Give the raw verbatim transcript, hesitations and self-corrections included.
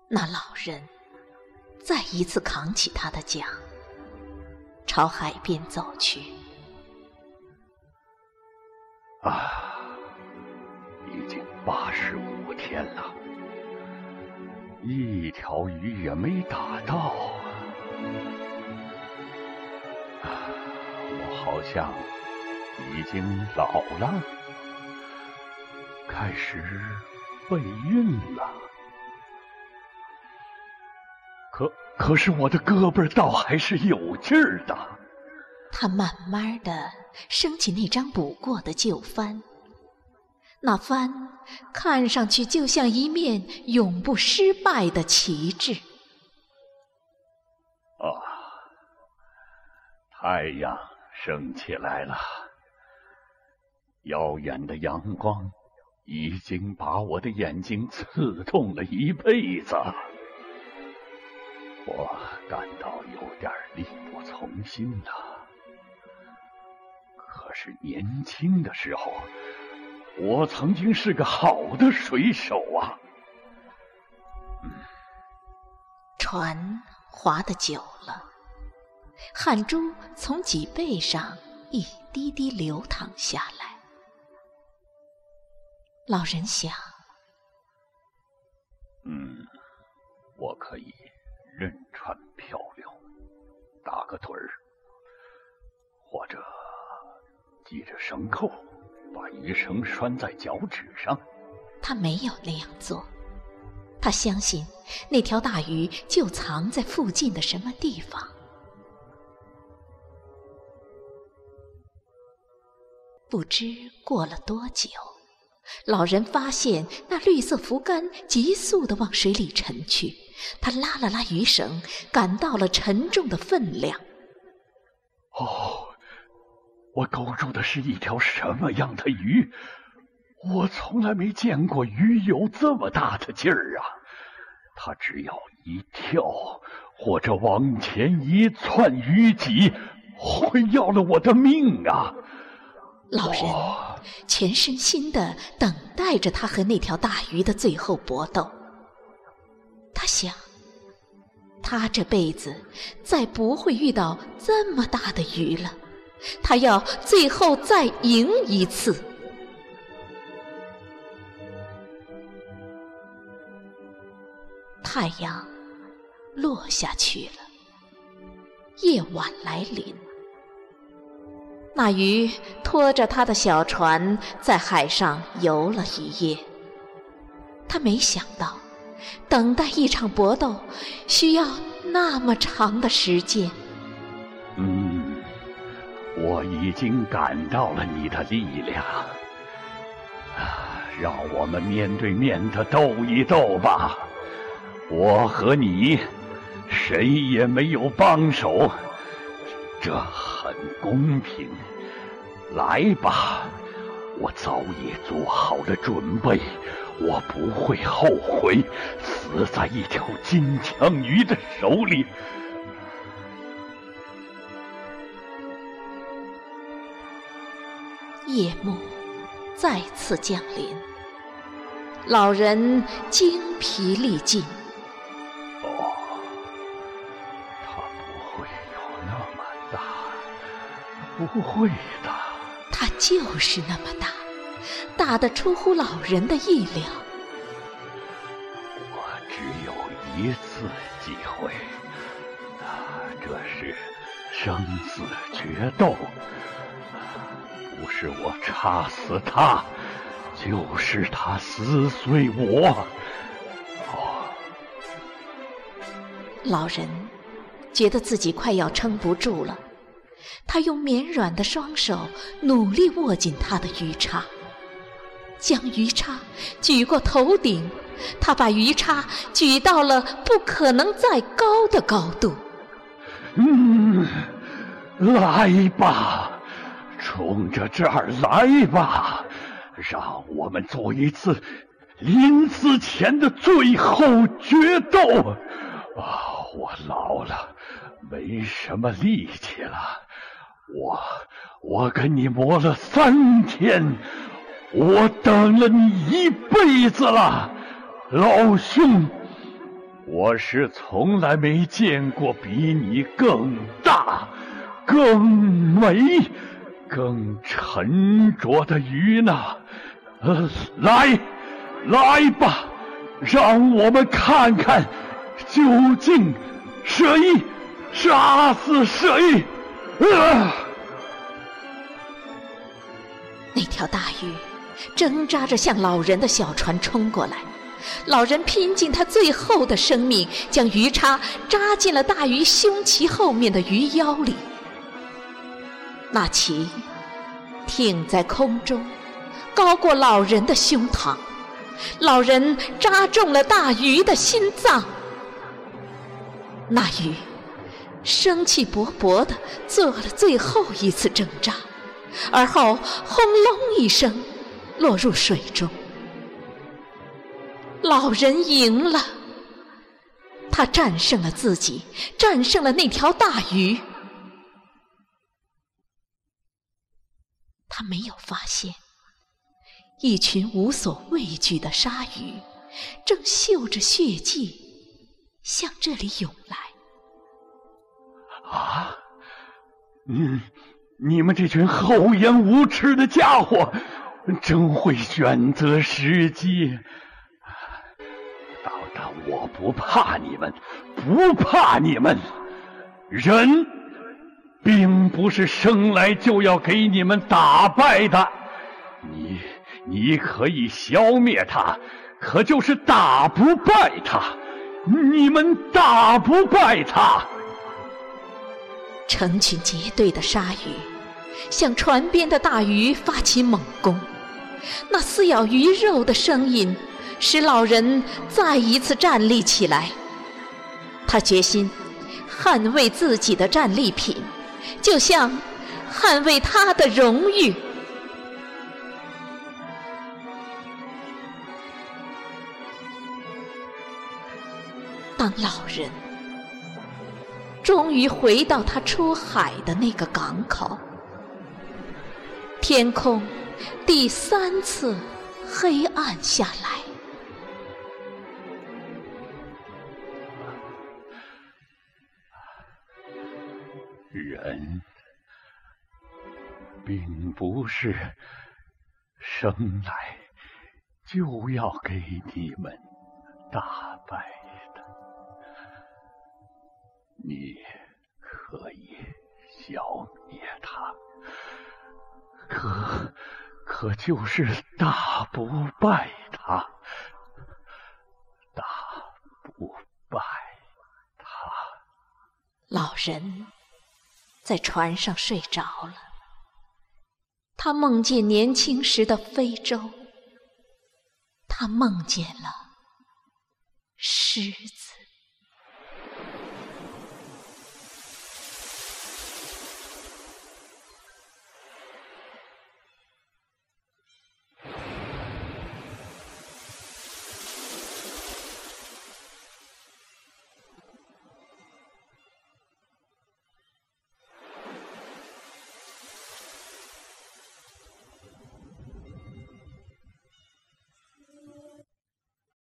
那老人再一次扛起他的桨，朝海边走去。 啊，已经八十五天了，一条鱼也没打到啊！我好像已经老了，开始备孕了。可可是我的胳膊倒还是有劲儿的。 他慢慢地升起那张补过的旧帆，那帆看上去就像一面永不失败的旗帜。 啊，太阳升起来了，耀眼的阳光已经把我的眼睛刺痛了一辈子。我感到有点力不从心了。可是年轻的时候，我曾经是个好的水手啊。嗯， 船划得久了，汗珠从脊背上一滴滴流淌下来。老人想， 嗯，我可以任船漂流，打个盹儿，或者系着绳扣，把鱼绳拴在脚趾上。 他没有那样做，他相信那条大鱼就藏在附近的什么地方。不知过了多久，老人发现那绿色浮竿急速地往水里沉去，他拉了拉鱼绳，感到了沉重的分量。 哦，我勾住的是一条什么样的鱼？我从来没见过鱼有这么大的劲儿啊！它只要一跳，或者往前一窜，鱼脊会要了我的命啊！ 老人全身心地等待着他和那条大鱼的最后搏斗。他想，他这辈子再不会遇到这么大的鱼了，他要最后再赢一次。太阳落下去了，夜晚来临。那鱼拖着他的小船在海上游了一夜。他没想到，等待一场搏斗需要那么长的时间。 嗯，我已经感到了你的力量。让我们面对面的斗一斗吧。我和你，谁也没有帮手，这很公平。来吧，我早已做好了准备，我不会后悔死在一条金枪鱼的手里。 夜幕再次降临，老人精疲力尽。 哦，它不会有那么大，不会的。 它就是那么大，大得出乎老人的意料。 我只有一次机会，啊，这是生死决斗，不是我插死他，就是他撕碎我。哦， 老人觉得自己快要撑不住了，他用绵软的双手努力握紧他的鱼叉，将鱼叉举过头顶，他把鱼叉举到了不可能再高的高度。 嗯，来吧，冲着这儿来吧，让我们做一次临死前的最后决斗。啊，我老了，没什么力气了。我我跟你磨了三天，我等了你一辈子了，老兄， 我是从来没见过比你更大、更美、更沉着的鱼呢。呃，来，来吧，让我们看看，究竟谁杀死谁。啊！ 那条大鱼挣扎着向老人的小船冲过来，老人拼尽他最后的生命，将鱼叉扎进了大鱼胸鳍后面的鱼腰里。那鳍挺在空中，高过老人的胸膛，老人扎中了大鱼的心脏。那鱼生气勃勃地做了最后一次挣扎，而后轰隆一声落入水中。老人赢了，他战胜了自己，战胜了那条大鱼。他没有发现，一群无所畏惧的鲨鱼正嗅着血迹向这里涌来。 啊！嗯，你们这群厚颜无耻的家伙，真会选择时机。当然，我不怕你们，不怕你们。人并不是生来就要给你们打败的，你你可以消灭他，可就是打不败他，你们打不败他。 成群结队的鲨鱼向船边的大鱼发起猛攻，那撕咬鱼肉的声音使老人再一次站立起来。他决心捍卫自己的战利品，就像捍卫他的荣誉。当老人终于回到他出海的那个港口，天空第三次黑暗下来。 人并不是生来就要给你们打败的，你可以消灭他，可可就是打不败他，打不败他。 老人在船上睡着了，他梦见年轻时的非洲，他梦见了狮子。